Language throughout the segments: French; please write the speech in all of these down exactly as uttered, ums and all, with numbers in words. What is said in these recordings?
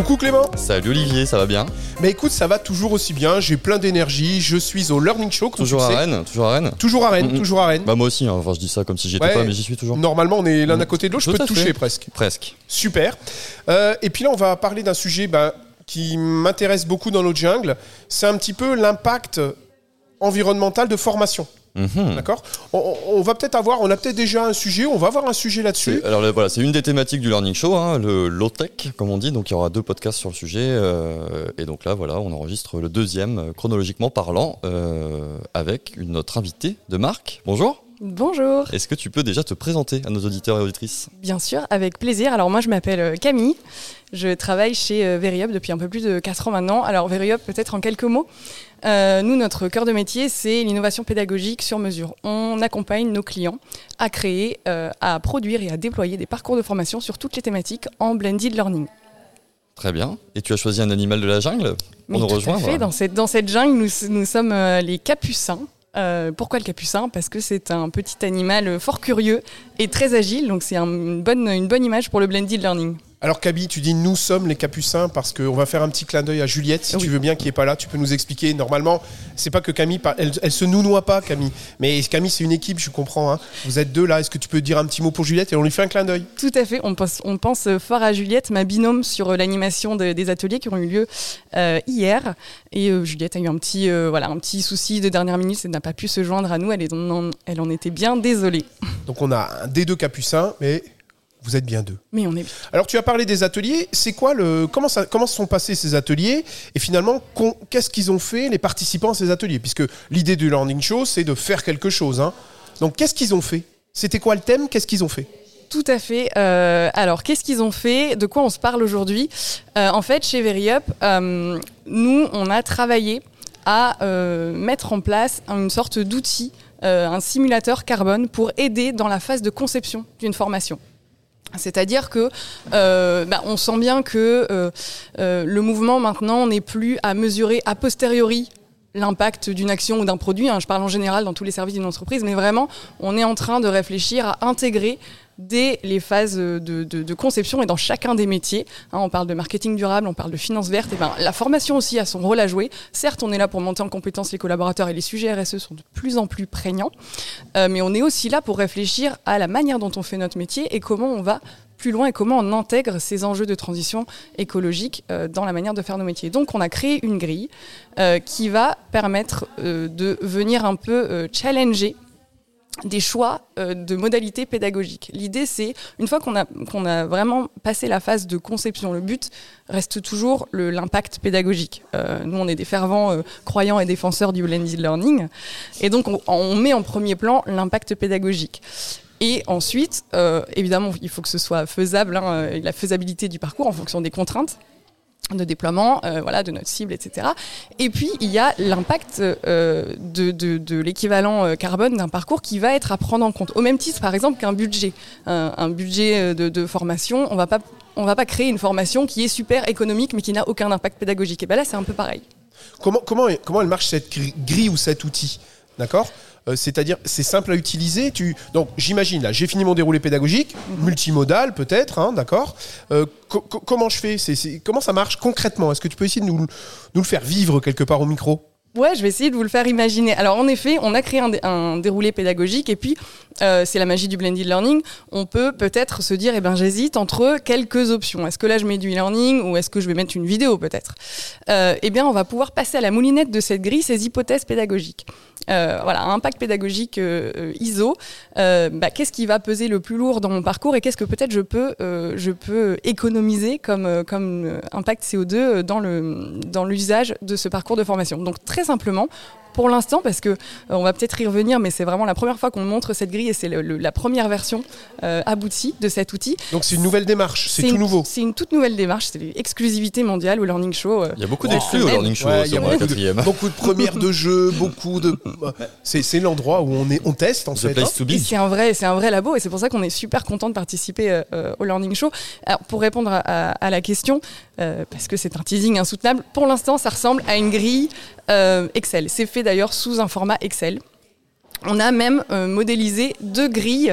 Coucou Clément. Salut Olivier, ça va bien? Mais écoute, ça va toujours aussi bien, j'ai plein d'énergie, je suis au Learning Show. Toujours à Rennes, toujours à Rennes Toujours à Rennes, mmh. toujours à Rennes. Bah moi aussi, hein. Enfin je dis ça comme si j'y étais ouais, pas, mais j'y suis toujours. Normalement on est l'un à côté de l'autre, je Tout peux te toucher fait. presque. Presque. Super. Euh, et puis là on va parler d'un sujet bah, qui m'intéresse beaucoup dans notre jungle, c'est un petit peu l'impact environnemental de formation. Mmh. D'accord. On, on va peut-être avoir, on a peut-être déjà un sujet, on va avoir un sujet là-dessus. C'est, alors là, voilà, c'est une des thématiques du Learning Show, hein, le low-tech, comme on dit. Donc il y aura deux podcasts sur le sujet. Euh, et donc là, voilà, on enregistre le deuxième, chronologiquement parlant, euh, avec une, notre invitée de Marc. Bonjour. Bonjour. Est-ce que tu peux déjà te présenter à nos auditeurs et auditrices ? Bien sûr, avec plaisir. Alors moi, je m'appelle Camille. Je travaille chez Veryup depuis un peu plus de quatre ans maintenant. Alors Veryup, peut-être en quelques mots. Euh, nous, notre cœur de métier, c'est l'innovation pédagogique sur mesure. On accompagne nos clients à créer, euh, à produire et à déployer des parcours de formation sur toutes les thématiques en blended learning. Très bien. Et tu as choisi un animal de la jungle pour nous tout rejoindre. À fait. Dans cette, dans cette jungle, nous, nous sommes euh, les capucins. Euh, pourquoi le capucin ? Parce que c'est un petit animal fort curieux et très agile, donc c'est un, une, bonne, une bonne image pour le blended learning. Alors Camille, tu dis nous sommes les capucins parce qu'on va faire un petit clin d'œil à Juliette, si oui. tu veux bien, qui n'est pas là, tu peux nous expliquer. Normalement, c'est pas que Camille, elle, elle se nounoie pas Camille, mais Camille c'est une équipe, je comprends. Hein. Vous êtes deux là, est-ce que tu peux dire un petit mot pour Juliette et on lui fait un clin d'œil ? Tout à fait, on pense, on pense fort à Juliette, ma binôme sur l'animation de, des ateliers qui ont eu lieu euh, hier. Et euh, Juliette a eu un petit, euh, voilà, un petit souci de dernière minute, elle n'a pas pu se joindre à nous, elle, est, en, elle en était bien désolée. Donc on a un des deux capucins, mais... Vous êtes bien deux. Mais on est bien. Alors tu as parlé des ateliers, c'est quoi le comment ça comment se sont passés ces ateliers et finalement qu'est-ce qu'ils ont fait les participants à ces ateliers, puisque l'idée du Learning Show c'est de faire quelque chose hein. Donc qu'est-ce qu'ils ont fait ? C'était quoi le thème ? Qu'est-ce qu'ils ont fait ? Tout à fait. Euh, alors, qu'est-ce qu'ils ont fait ? De quoi on se parle aujourd'hui ? euh, En fait, chez Veryup, euh, nous, on a travaillé à euh, mettre en place une sorte d'outil, euh, un simulateur carbone pour aider dans la phase de conception d'une formation. C'est-à-dire que euh, bah, on sent bien que euh, euh, le mouvement maintenant n'est plus à mesurer a posteriori l'impact d'une action ou d'un produit, hein, je parle en général dans tous les services d'une entreprise, mais vraiment on est en train de réfléchir à intégrer dès les phases de, de, de conception et dans chacun des métiers. Hein, on parle de marketing durable, on parle de finance verte. Et ben, la formation aussi a son rôle à jouer. Certes, on est là pour monter en compétence les collaborateurs et les sujets R S E sont de plus en plus prégnants. Euh, mais on est aussi là pour réfléchir à la manière dont on fait notre métier et comment on va plus loin et comment on intègre ces enjeux de transition écologique euh, dans la manière de faire nos métiers. Donc, on a créé une grille euh, qui va permettre euh, de venir un peu euh, challenger des choix euh, de modalités pédagogiques. L'idée, c'est, une fois qu'on a, qu'on a vraiment passé la phase de conception, le but reste toujours le, l'impact pédagogique. Euh, nous, on est des fervents euh, croyants et défenseurs du blended learning. Et donc, on, on met en premier plan l'impact pédagogique. Et ensuite, euh, évidemment, il faut que ce soit faisable, hein, la faisabilité du parcours en fonction des contraintes de déploiement, euh, voilà, de notre cible, et cetera. Et puis, il y a l'impact euh, de, de, de l'équivalent euh, carbone d'un parcours qui va être à prendre en compte. Au même titre, par exemple, qu'un budget. Un, un budget de, de formation, on va pas, on va pas créer une formation qui est super économique, mais qui n'a aucun impact pédagogique. Et bien là, c'est un peu pareil. Comment, comment, comment elle marche cette grille ou cet outil ? D'accord ? Euh, c'est-à-dire, c'est simple à utiliser. Tu... Donc, j'imagine, là, j'ai fini mon déroulé pédagogique, mmh. multimodal peut-être, hein, d'accord. Euh, co- co- comment je fais c'est, c'est... Comment ça marche concrètement ? Est-ce que tu peux essayer de nous, nous le faire vivre quelque part au micro ? Ouais, je vais essayer de vous le faire imaginer. Alors, en effet, on a créé un, dé- un déroulé pédagogique et puis, euh, c'est la magie du blended learning. On peut peut-être se dire, eh ben, j'hésite entre quelques options. Est-ce que là, je mets du e-learning ou est-ce que je vais mettre une vidéo peut-être ? euh, Eh bien, on va pouvoir passer à la moulinette de cette grille ces hypothèses pédagogiques. Euh, voilà, impact pédagogique euh, I S O. Euh, bah, qu'est-ce qui va peser le plus lourd dans mon parcours et qu'est-ce que peut-être je peux, euh, je peux économiser comme, euh, comme impact C O deux dans, le, dans l'usage de ce parcours de formation. Donc très simplement, pour l'instant, parce que euh, on va peut-être y revenir, mais c'est vraiment la première fois qu'on montre cette grille et c'est le, le, la première version euh, aboutie de cet outil. Donc c'est une nouvelle démarche, c'est, c'est tout une, nouveau. C'est une toute nouvelle démarche, c'est l'exclusivité mondiale au Learning Show. Euh, il y a beaucoup d'exclus au Learning Show, ouais, sur la quatrième. Beaucoup de premières de jeux, beaucoup de. C'est, c'est l'endroit où on est, on teste en The fait. place Hein. to be. Et c'est un vrai, c'est un vrai labo et c'est pour ça qu'on est super content de participer euh, au Learning Show. Alors pour répondre à, à, à la question, euh, parce que c'est un teasing insoutenable, pour l'instant ça ressemble à une grille euh, Excel. C'est fait d'ailleurs sous un format Excel. On a même euh, modélisé deux grilles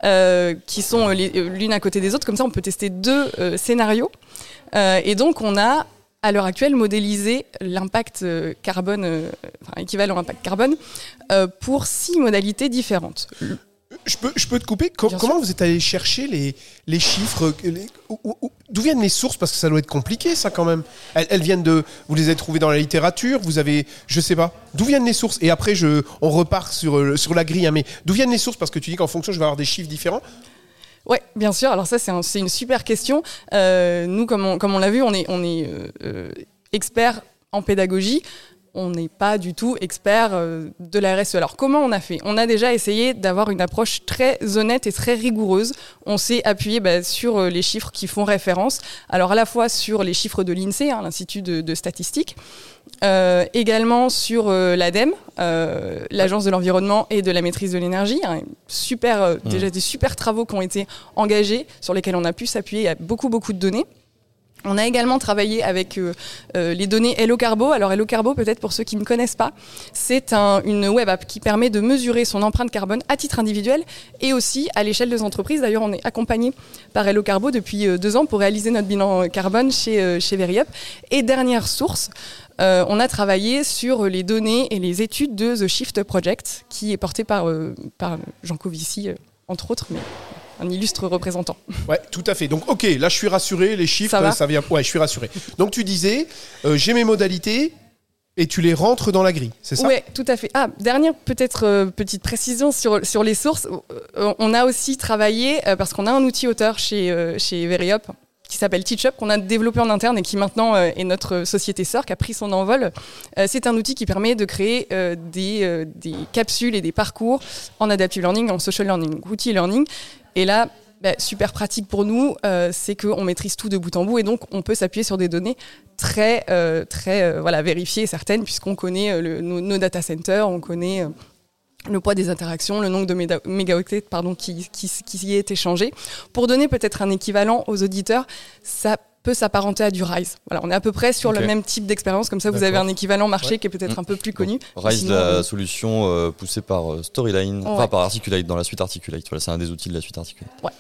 euh, qui sont les, l'une à côté des autres. Comme ça, on peut tester deux euh, scénarios. Euh, et donc, on a à l'heure actuelle modélisé l'impact euh, carbone, euh, enfin, équivalent impact carbone, euh, pour six modalités différentes. Je peux, je peux te couper. Com- comment vous êtes allé chercher les, les chiffres les, où, où, D'où viennent les sources? Parce que ça doit être compliqué, ça, quand même. Elles, elles viennent de... Vous les avez trouvées dans la littérature? Vous avez... Je sais pas. D'où viennent les sources? Et après, je, on repart sur, sur la grille. Hein, mais d'où viennent les sources? Parce que tu dis qu'en fonction, je vais avoir des chiffres différents. Oui, bien sûr. Alors ça, c'est, un, c'est une super question. Euh, nous, comme on, comme on l'a vu, on est, on est euh, euh, experts en pédagogie. On n'est pas du tout expert euh, de la R S E. Alors, comment on a fait? On a déjà essayé d'avoir une approche très honnête et très rigoureuse. On s'est appuyé bah, sur euh, les chiffres qui font référence. Alors, à la fois sur les chiffres de l'INSEE, hein, l'Institut de, de statistique, euh, également sur euh, l'ADEME, euh, l'Agence de l'environnement et de la maîtrise de l'énergie. Hein, super, euh, mmh. Déjà des super travaux qui ont été engagés, sur lesquels on a pu s'appuyer. Il y a beaucoup, beaucoup de données. On a également travaillé avec euh, euh, les données Hello Carbo. Alors Hello Carbo, peut-être pour ceux qui ne connaissent pas, c'est un, une web app qui permet de mesurer son empreinte carbone à titre individuel et aussi à l'échelle des entreprises. D'ailleurs, on est accompagné par Hello Carbo depuis euh, deux ans pour réaliser notre bilan carbone chez, euh, chez Veryup. Et dernière source, euh, on a travaillé sur les données et les études de The Shift Project, qui est porté par, euh, par Jean Covici, euh, entre autres, mais un illustre représentant. Ouais, tout à fait. Donc, ok, là, je suis rassuré. Les chiffres, ça, ça vient. Ouais, je suis rassuré. Donc, tu disais, euh, j'ai mes modalités et tu les rentres dans la grille, c'est ça? Oui, tout à fait. Ah, dernière peut-être euh, petite précision sur sur les sources. Euh, on a aussi travaillé euh, parce qu'on a un outil auteur chez euh, chez Veryup qui s'appelle TeachUp, qu'on a développé en interne et qui maintenant euh, est notre société sœur, qui a pris son envol. Euh, c'est un outil qui permet de créer euh, des, euh, des capsules et des parcours en adaptive learning, en social learning, outil learning. Et là, bah, super pratique pour nous, euh, c'est qu'on maîtrise tout de bout en bout et donc on peut s'appuyer sur des données très, euh, très euh, voilà, vérifiées et certaines, puisqu'on connaît euh, le, nos, nos data centers, on connaît euh, le poids des interactions, le nombre de méda- mégaoctets pardon, qui, qui, qui y est échangé. Pour donner peut-être un équivalent aux auditeurs, ça peut s'apparenter à du RISE. Voilà, on est à peu près sur okay. le même type d'expérience, comme ça vous D'accord. avez un équivalent marché ouais. qui est peut-être mmh. un peu plus connu. RISE, sinon, la euh... solution euh, poussée par euh, Storyline, ouais. enfin par Articulate, dans la suite Articulate. Voilà, c'est un des outils de la suite Articulate. Ouais.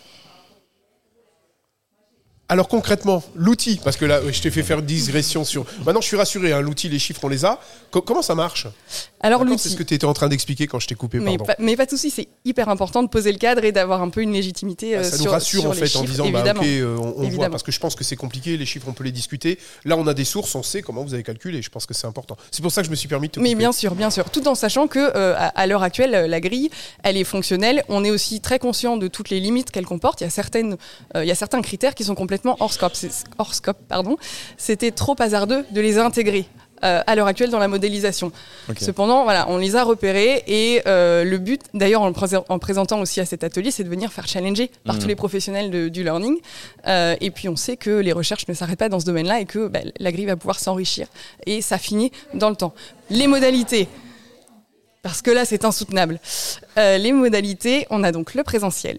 Alors concrètement, l'outil, parce que là, je t'ai fait faire une digression sur... Maintenant, je suis rassuré, hein, l'outil, les chiffres, on les a. Co- comment ça marche? Alors D'accord, l'outil... C'est ce que tu étais en train d'expliquer quand je t'ai coupé, mais pardon. Pas, mais pas de souci, c'est hyper important de poser le cadre et d'avoir un peu une légitimité bah, sur Ça nous rassure sur en fait, chiffres, en disant, évidemment. bah, ok, euh, on, on voit, parce que je pense que c'est compliqué, les chiffres, on peut les discuter. Là, on a des sources, on sait comment vous avez calculé, je pense que c'est important. C'est pour ça que je me suis permis de te couper. Mais bien sûr, bien sûr, tout en sachant que euh, à, à l'heure actuelle, la grille, elle est fonctionnelle. On est aussi très conscient de toutes les limites qu'elle comporte. Il y a certaines, euh, il y a certains critères qui sont complètement hors scope. C'est, hors scope, pardon. C'était trop hasardeux de les intégrer euh, à l'heure actuelle dans la modélisation. Okay. Cependant, voilà, on les a repérés et euh, le but, d'ailleurs, en, pré- en présentant aussi à cet atelier, c'est de venir faire challenger par mmh. tous les professionnels de, du learning. Euh, et puis, on sait que les recherches ne s'arrêtent pas dans ce domaine-là et que bah, la grille va pouvoir s'enrichir et s'affiner dans le temps. Les modalités. Parce que là, c'est insoutenable. Euh, les modalités, on a donc le présentiel,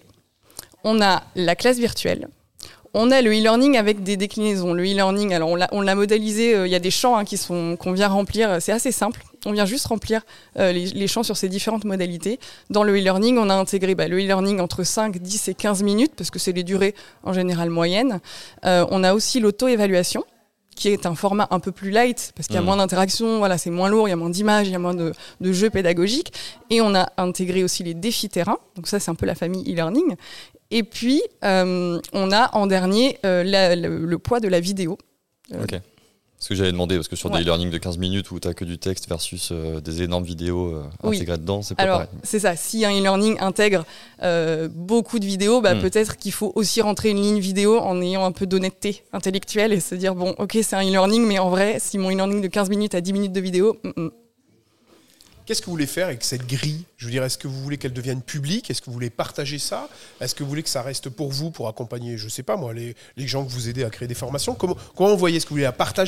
on a la classe virtuelle, on a le e-learning avec des déclinaisons. Le e-learning, alors on l'a, on l'a modélisé, il euh, y a des champs hein, qui sont, qu'on vient remplir, c'est assez simple. On vient juste remplir euh, les, les champs sur ces différentes modalités. Dans le e-learning, on a intégré bah, le e-learning entre cinq, dix et quinze minutes, parce que c'est les durées en général moyennes. Euh, on a aussi l'auto-évaluation, qui est un format un peu plus light, parce qu'il y a mmh. moins d'interactions, voilà, c'est moins lourd, il y a moins d'images, il y a moins de, de jeux pédagogiques. Et on a intégré aussi les défis terrain, donc ça c'est un peu la famille e-learning. Et puis, euh, on a en dernier euh, la, le, le poids de la vidéo. Euh, ok. Ce que j'avais demandé, parce que sur ouais. des e-learning de quinze minutes où tu n'as que du texte versus euh, des énormes vidéos euh, oui. intégrées dedans, c'est pas Alors, pareil. C'est ça. Si un e-learning intègre euh, beaucoup de vidéos, bah, mm. peut-être qu'il faut aussi rentrer une ligne vidéo en ayant un peu d'honnêteté intellectuelle et se dire, bon, ok, c'est un e-learning, mais en vrai, si mon e-learning de quinze minutes à dix minutes de vidéo... Mm-mm. Qu'est-ce que vous voulez faire avec cette grille? Je veux dire, est-ce que vous voulez qu'elle devienne publique? Est-ce que vous voulez partager ça? Est-ce que vous voulez que ça reste pour vous, pour accompagner, je sais pas moi, les, les gens que vous aidez à créer des formations? Comment, comment vous voyez? Est-ce que vous voulez la partager?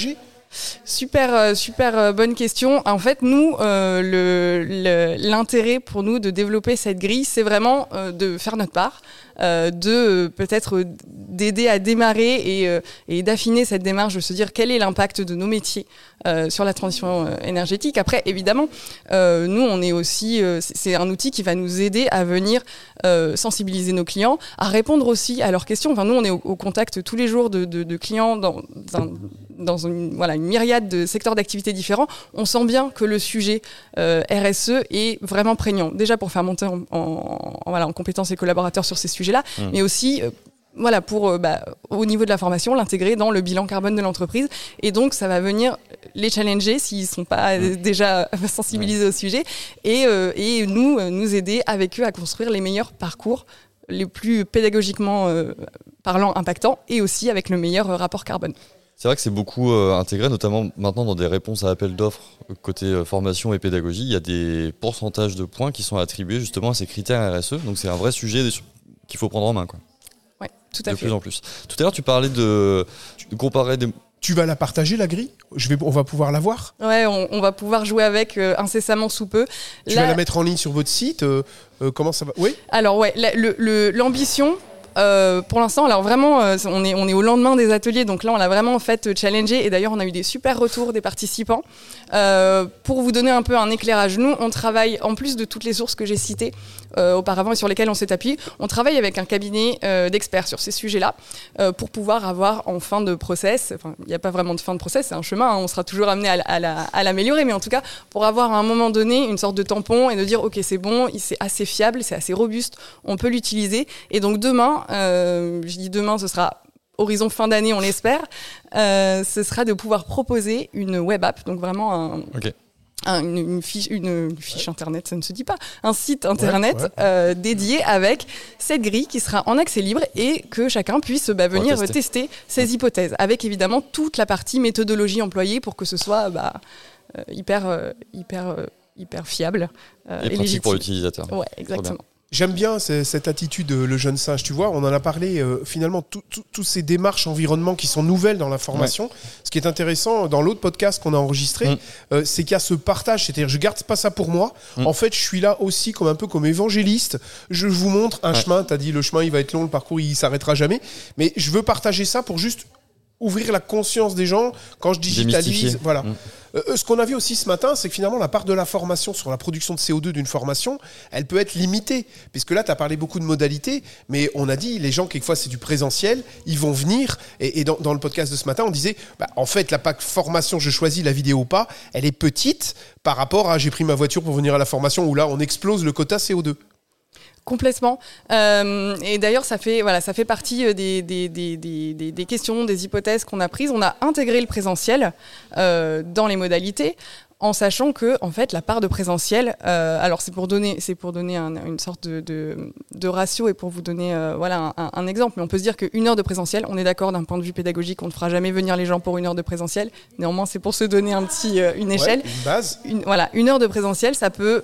Super, super bonne question. En fait, nous, euh, le, le, l'intérêt pour nous de développer cette grille, c'est vraiment euh, de faire notre part, euh, de euh, peut-être d'aider à démarrer et, euh, et d'affiner cette démarche, de se dire quel est l'impact de nos métiers euh, sur la transition euh, énergétique. Après, évidemment, euh, nous, on est aussi, euh, c'est un outil qui va nous aider à venir euh, sensibiliser nos clients, à répondre aussi à leurs questions. Enfin, nous, on est au, au contact tous les jours de, de, de clients dans un dans une, voilà, une myriade de secteurs d'activité différents. On sent bien que le sujet euh, R S E est vraiment prégnant. Déjà pour faire monter en, en, en, voilà, en compétences les collaborateurs sur ces sujets-là, mmh. mais aussi euh, voilà, pour, euh, bah, au niveau de la formation, l'intégrer dans le bilan carbone de l'entreprise. Et donc, ça va venir les challenger s'ils ne sont pas mmh. déjà sensibilisés mmh. au sujet et, euh, et nous, euh, nous aider avec eux à construire les meilleurs parcours, les plus pédagogiquement euh, parlant, impactants, et aussi avec le meilleur euh, rapport carbone. C'est vrai que c'est beaucoup euh, intégré, notamment maintenant dans des réponses à appels d'offres côté euh, formation et pédagogie. Il y a des pourcentages de points qui sont attribués justement à ces critères R S E. Donc c'est un vrai sujet qu'il faut prendre en main, quoi. Ouais, tout à de fait. De plus en plus. Tout à l'heure, tu parlais de, de comparer des... Tu vas la partager, la grille ? Je vais, on va pouvoir la voir ? Ouais, on, on va pouvoir jouer avec euh, incessamment sous peu. Tu là... vas la mettre en ligne sur votre site euh, euh, Comment ça va ? Oui ? Alors ouais, la, le, le, l'ambition... Euh, pour l'instant, alors vraiment, euh, on est on est au lendemain des ateliers, donc là on l'a vraiment fait challenger et d'ailleurs on a eu des super retours des participants. Euh, pour vous donner un peu un éclairage, nous on travaille en plus de toutes les sources que j'ai citées euh, auparavant et sur lesquelles on s'est appuyé, on travaille avec un cabinet euh, d'experts sur ces sujets-là euh, pour pouvoir avoir en fin de process, enfin il n'y a pas vraiment de fin de process, c'est un chemin, hein, on sera toujours amené à, à, la, à l'améliorer, mais en tout cas pour avoir à un moment donné une sorte de tampon et de dire ok c'est bon, c'est assez fiable, c'est assez robuste, on peut l'utiliser et donc demain Euh, je dis demain, ce sera horizon fin d'année, on l'espère. Euh, ce sera de pouvoir proposer une web app, donc vraiment un, okay. un, une, une fiche, une, une fiche ouais. internet, ça ne se dit pas, un site internet ouais, ouais. Euh, dédié avec cette grille qui sera en accès libre et que chacun puisse bah, venir tester. tester ces hypothèses, avec évidemment toute la partie méthodologie employée pour que ce soit bah, euh, hyper, euh, hyper, euh, hyper fiable euh, et, et pratique légitime. Pour l'utilisateur. Ouais, exactement. J'aime bien cette attitude, le jeune singe, tu vois, on en a parlé, euh, finalement, toutes ces démarches environnement qui sont nouvelles dans la formation. Ouais. Ce qui est intéressant, dans l'autre podcast qu'on a enregistré, mmh. euh, c'est qu'il y a ce partage, c'est-à-dire je garde pas ça pour moi, mmh. en fait je suis là aussi comme un peu comme évangéliste, je vous montre un ouais. chemin, t'as dit le chemin il va être long, le parcours il s'arrêtera jamais, mais je veux partager ça pour juste ouvrir la conscience des gens quand je digitalise, voilà. Mmh. Euh, ce qu'on a vu aussi ce matin, c'est que finalement la part de la formation sur la production de C O deux d'une formation, elle peut être limitée, puisque là tu as parlé beaucoup de modalités, mais on a dit les gens quelquefois c'est du présentiel, ils vont venir, et, et dans, dans le podcast de ce matin on disait, bah, en fait la P A C formation, je choisis la vidéo ou pas, elle est petite par rapport à j'ai pris ma voiture pour venir à la formation où là on explose le quota C O deux. Complètement. Euh, et d'ailleurs, ça fait, voilà, ça fait partie des, des, des, des, des questions, des hypothèses qu'on a prises. On a intégré le présentiel euh, dans les modalités, en sachant que, en fait, la part de présentiel, euh, alors c'est pour donner, c'est pour donner un, une sorte de, de, de ratio et pour vous donner, euh, voilà, un, un exemple. Mais on peut se dire qu'une heure de présentiel, on est d'accord d'un point de vue pédagogique, on ne fera jamais venir les gens pour une heure de présentiel. Néanmoins, c'est pour se donner un petit, euh, une échelle. Ouais, une base. Une, voilà, une heure de présentiel, ça peut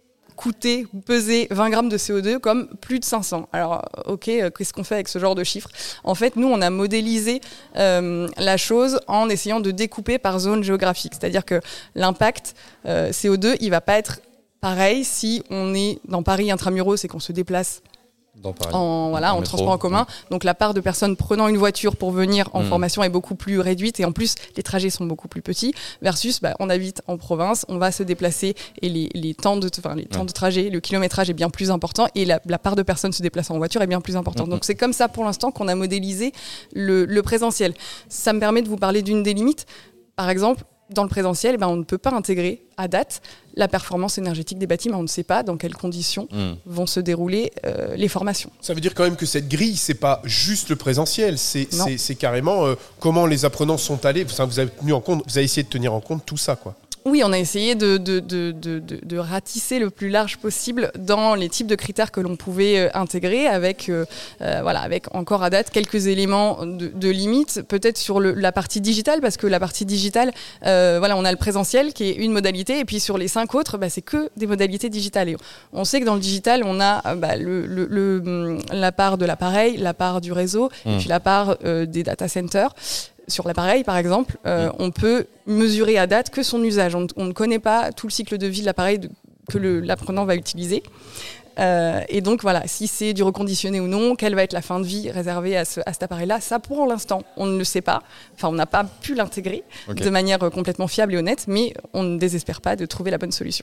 coûter ou peser vingt grammes de C O deux comme plus de cinq cents. Alors, ok, qu'est-ce qu'on fait avec ce genre de chiffres ? En fait, nous, on a modélisé euh, la chose en essayant de découper par zone géographique. C'est-à-dire que l'impact euh, C O deux, il va pas être pareil si on est dans Paris intramuros et qu'on se déplace dans Paris. en, voilà, en, en transport en commun. Ouais. Donc la part de personnes prenant une voiture pour venir en mmh. formation est beaucoup plus réduite et en plus les trajets sont beaucoup plus petits versus bah, on habite en province, on va se déplacer et les, les, temps, de, enfin, les temps ouais. de trajet, le kilométrage est bien plus important et la, la part de personnes se déplaçant en voiture est bien plus importante. Mmh. Donc c'est comme ça pour l'instant qu'on a modélisé le, le présentiel. Ça me permet de vous parler d'une des limites. Par exemple, dans le présentiel, ben, on ne peut pas intégrer à date la performance énergétique des bâtiments. On ne sait pas dans quelles conditions mmh. vont se dérouler euh, les formations. Ça veut dire quand même que cette grille, c'est pas juste le présentiel, c'est, c'est, c'est carrément euh, comment les apprenants sont allés. Enfin, vous avez tenu en compte, vous avez essayé de tenir en compte tout ça, quoi. Oui, on a essayé de, de, de, de, de, de ratisser le plus large possible dans les types de critères que l'on pouvait euh, intégrer avec, euh, euh, voilà, avec encore à date quelques éléments de, de limite, peut-être sur le, la partie digitale, parce que la partie digitale, euh, voilà, on a le présentiel qui est une modalité, et puis sur les cinq autres, bah, c'est que des modalités digitales. Et on sait que dans le digital, on a bah, le, le, le, la part de l'appareil, la part du réseau, mmh. et puis la part euh, des data centers. sur l'appareil, par exemple, euh, mmh. on peut mesurer à date que son usage. On, on ne connaît pas tout le cycle de vie de l'appareil de, que le, l'apprenant va utiliser. Euh, et donc voilà, si c'est du reconditionné ou non, quelle va être la fin de vie réservée à, ce, à cet appareil-là, ça pour l'instant on ne le sait pas, enfin on n'a pas pu l'intégrer okay. de manière complètement fiable et honnête, mais on ne désespère pas de trouver la bonne solution.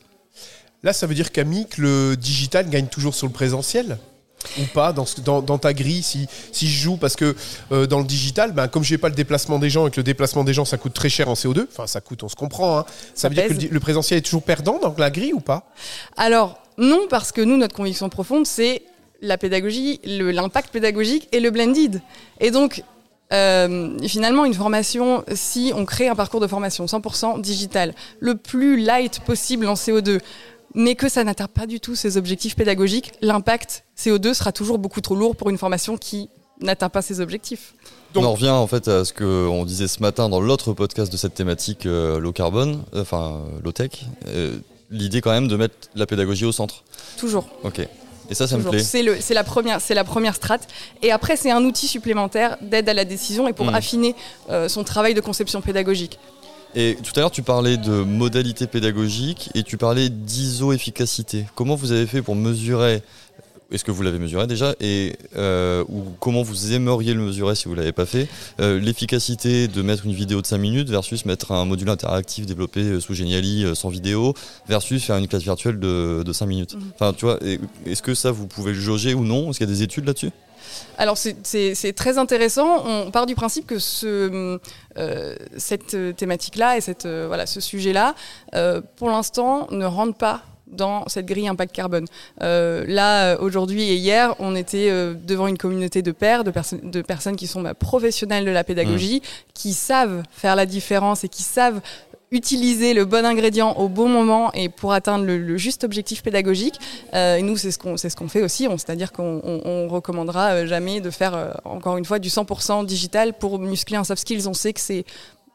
Là ça veut dire Camille que le digital gagne toujours sur le présentiel ou pas dans, dans, dans ta grille si, si je joue parce que euh, dans le digital ben, comme j'ai pas le déplacement des gens et que le déplacement des gens ça coûte très cher en C O deux, enfin ça coûte on se comprend hein. ça, ça veut pèse. Dire que le, le présentiel est toujours perdant dans la grille ou pas? Alors non, parce que nous notre conviction profonde c'est la pédagogie, le, l'impact pédagogique et le blended et donc Euh, finalement, une formation, si on crée un parcours de formation cent pour cent digital, le plus light possible en C O deux, mais que ça n'atteint pas du tout ses objectifs pédagogiques, l'impact C O deux sera toujours beaucoup trop lourd pour une formation qui n'atteint pas ses objectifs. Donc, on en revient en fait à ce qu'on disait ce matin dans l'autre podcast de cette thématique euh, low carbone, euh, enfin low tech, euh, l'idée quand même de mettre la pédagogie au centre. Toujours. Ok. Et ça, ça Toujours. me plaît. C'est, le, c'est, la première, c'est la première strate. Et après, c'est un outil supplémentaire d'aide à la décision et pour mmh. affiner euh, son travail de conception pédagogique. Et tout à l'heure, tu parlais de modalités pédagogiques et tu parlais d'I S O efficacité. Comment vous avez fait pour mesurer, est-ce que vous l'avez mesuré déjà, et euh, ou comment vous aimeriez le mesurer si vous ne l'avez pas fait, euh, l'efficacité de mettre une vidéo de cinq minutes versus mettre un module interactif développé sous Geniali sans vidéo versus faire une classe virtuelle de, de cinq minutes. Mmh. Enfin, tu vois, est-ce que ça, vous pouvez le jauger ou non? Est-ce qu'il y a des études là-dessus? Alors c'est, c'est, c'est très intéressant. On part du principe que ce, euh, cette thématique-là et cette, euh, voilà, ce sujet-là, euh, pour l'instant, ne rentre pas dans cette grille impact carbone. Euh, là, aujourd'hui et hier, on était euh, devant une communauté de pairs, de, perso- de personnes qui sont bah, professionnelles de la pédagogie, mmh. qui savent faire la différence et qui savent utiliser le bon ingrédient au bon moment et pour atteindre le, le juste objectif pédagogique. Euh, et nous, c'est ce qu'on, c'est ce qu'on fait aussi. On, c'est-à-dire qu'on on, on recommandera jamais de faire, euh, encore une fois, du cent pour cent digital pour muscler un soft skills. On sait que c'est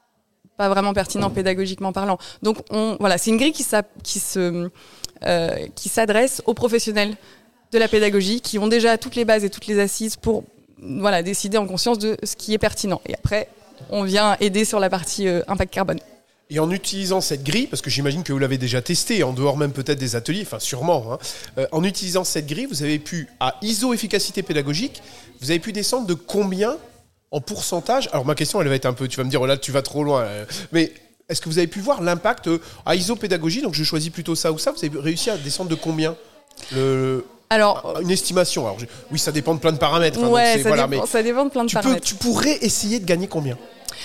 pas vraiment pertinent pédagogiquement parlant. Donc, on, voilà, c'est une grille qui, qui, se, euh, qui s'adresse aux professionnels de la pédagogie qui ont déjà toutes les bases et toutes les assises pour voilà, décider en conscience de ce qui est pertinent. Et après, on vient aider sur la partie euh, impact carbone. Et en utilisant cette grille, parce que j'imagine que vous l'avez déjà testé, en dehors même peut-être des ateliers, enfin sûrement, hein, euh, en utilisant cette grille, vous avez pu, à I S O efficacité pédagogique, vous avez pu descendre de combien en pourcentage? Alors ma question, elle va être un peu, tu vas me dire, oh là, tu vas trop loin, euh, mais est-ce que vous avez pu voir l'impact euh, à I S O pédagogie, donc je choisis plutôt ça ou ça, vous avez réussi à descendre de combien le... Alors, une estimation. Alors, je... Oui, ça dépend de plein de paramètres. Hein, ouais, donc c'est, ça, voilà, dépend, mais ça dépend de plein de tu paramètres. Peux, tu pourrais essayer de gagner combien?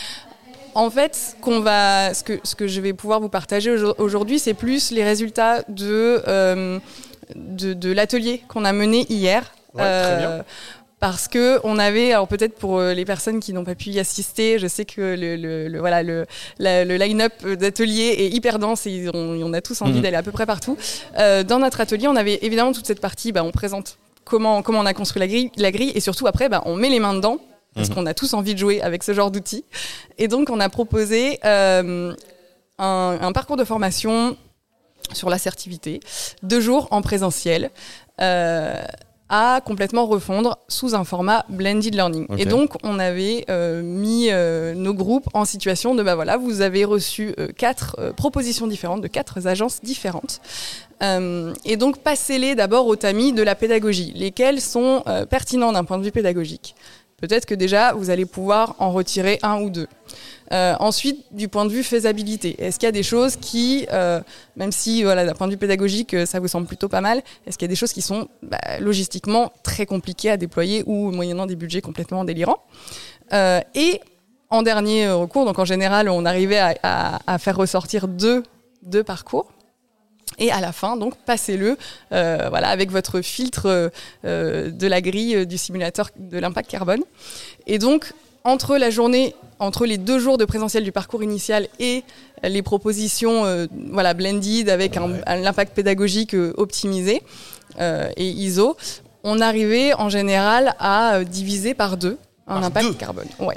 En fait, qu'on va, ce que, ce que je vais pouvoir vous partager aujourd'hui, c'est plus les résultats de, euh, de, de l'atelier qu'on a mené hier. Ouais, euh, très bien. Parce que on avait, alors peut-être pour les personnes qui n'ont pas pu y assister, je sais que le, le, le voilà le, la, le line-up d'atelier est hyper dense et on, on a tous envie mmh. d'aller à peu près partout. Euh, dans notre atelier, on avait évidemment toute cette partie, bah, on présente comment comment on a construit la grille, la grille et surtout après, bah, on met les mains dedans. Parce mmh. qu'on a tous envie de jouer avec ce genre d'outils. Et donc, on a proposé euh, un, un parcours de formation sur l'assertivité, deux jours en présentiel, euh, à complètement refondre sous un format blended learning. Okay. Et donc, on avait euh, mis euh, nos groupes en situation de, bah voilà, vous avez reçu euh, quatre euh, propositions différentes de quatre agences différentes. Euh, et donc, passez-les d'abord au tamis de la pédagogie, lesquels sont euh, pertinents d'un point de vue pédagogique. Peut-être que déjà, vous allez pouvoir en retirer un ou deux. Euh, ensuite, du point de vue faisabilité, est-ce qu'il y a des choses qui, euh, même si voilà, d'un point de vue pédagogique, ça vous semble plutôt pas mal, est-ce qu'il y a des choses qui sont bah, logistiquement très compliquées à déployer ou moyennant des budgets complètement délirants? euh, Et en dernier recours, donc en général, on arrivait à, à, à faire ressortir deux, deux parcours. Et à la fin, donc, passez-le euh, voilà, avec votre filtre euh, de la grille du simulateur de l'impact carbone. Et donc, entre la journée, entre les deux jours de présentiel du parcours initial et les propositions euh, voilà, blended avec un, un impact pédagogique euh, optimisé euh, et I S O, on arrivait en général à euh, diviser par deux un par impact deux. carbone. Ouais.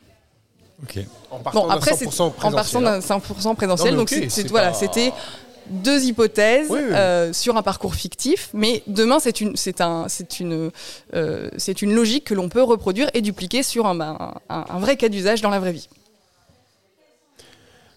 Ok. En partant bon, après, d'un cent pour cent présentiel. En partant d'un cent pour cent présentiel. Non, donc, okay, c'est, c'est, voilà, pas... c'était deux hypothèses oui, oui. Euh, sur un parcours fictif, mais demain c'est une, c'est un, c'est une, euh, c'est une logique que l'on peut reproduire et dupliquer sur un, un, un vrai cas d'usage dans la vraie vie.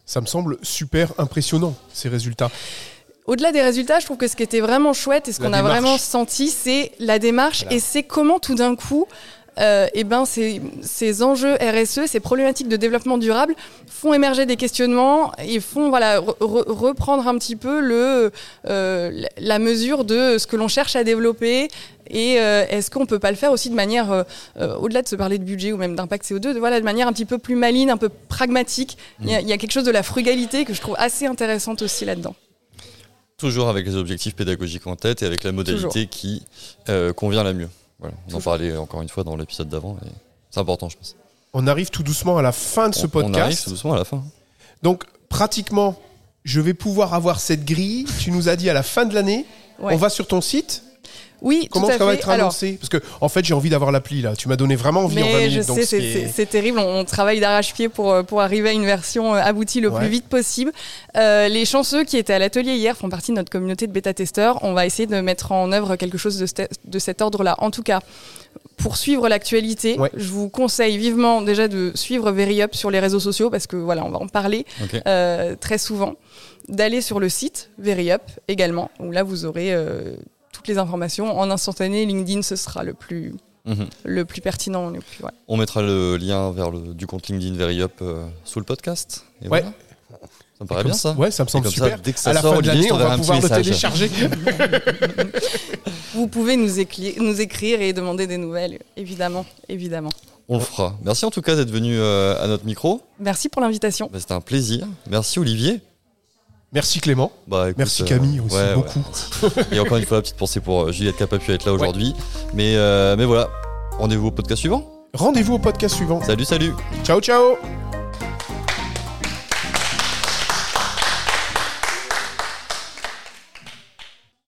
Ça me semble super impressionnant, ces résultats. Au-delà des résultats, je trouve que ce qui était vraiment chouette et ce La qu'on a démarche. vraiment senti, c'est la démarche Voilà. et c'est comment tout d'un coup, euh, eh ben, ces, ces enjeux R S E, ces problématiques de développement durable font émerger des questionnements et font voilà, re- re- reprendre un petit peu le, euh, la mesure de ce que l'on cherche à développer. Et euh, est-ce qu'on peut pas le faire aussi de manière, euh, euh, au-delà de se parler de budget ou même d'impact C O deux, de, voilà, de manière un petit peu plus maligne, un peu pragmatique. Il y a- il y a quelque chose de la frugalité que je trouve assez intéressante aussi là-dedans. Toujours avec les objectifs pédagogiques en tête et avec la modalité Toujours. qui euh, convient la mieux. Voilà. On en Toujours. parlait encore une fois dans l'épisode d'avant. Et c'est important, je pense. On arrive tout doucement à la fin de ce on, podcast. on arrive tout doucement à la fin. Donc, pratiquement, je vais pouvoir avoir cette grille. Tu nous as dit à la fin de l'année. Ouais. On va sur ton site. Oui, Comment tout à ça va fait. être Alors, annoncé? Parce que, en fait, j'ai envie d'avoir l'appli là. Tu m'as donné vraiment envie en vingt mais minutes. je donc sais, ce c'est, qui est- c'est- c'est terrible. On, on travaille d'arrache-pied pour, euh, pour arriver à une version euh, aboutie le Ouais. plus vite possible. Euh, les chanceux qui étaient à l'atelier hier font partie de notre communauté de bêta-testeurs. On va essayer de mettre en œuvre quelque chose de, st- de cet ordre-là. En tout cas, pour suivre l'actualité, Ouais. je vous conseille vivement déjà de suivre VeryUp sur les réseaux sociaux parce que voilà, on va en parler Ok. euh, très souvent. D'aller sur le site VeryUp également, où là vous aurez euh, toutes les informations en instantané. LinkedIn, ce sera le plus, Mhm. le plus pertinent. Le plus, ouais. On mettra le lien vers le, du compte LinkedIn VeryUp euh, sous le podcast. Et Ouais. voilà. Ça me paraît Comme bien ça. Ouais, ça me Et semble comme super. ça, dès que ça à la sort, fin de Olivier, l'année, je on va t'enverrai un pouvoir petit le message. télécharger. Vous pouvez nous, écli- nous écrire et demander des nouvelles, évidemment, évidemment. On le fera. Merci en tout cas d'être venu euh, à notre micro. Merci pour l'invitation. Bah, c'était un plaisir. Merci Olivier. Merci Clément. Bah, écoute, Merci euh, Camille aussi, ouais, ouais. beaucoup. Et encore une fois, la petite pensée pour euh, Juliette qui n'a pas pu être là aujourd'hui. Mais, euh, mais voilà, rendez-vous au podcast suivant. Rendez-vous au podcast suivant. Salut, salut. Ciao, ciao.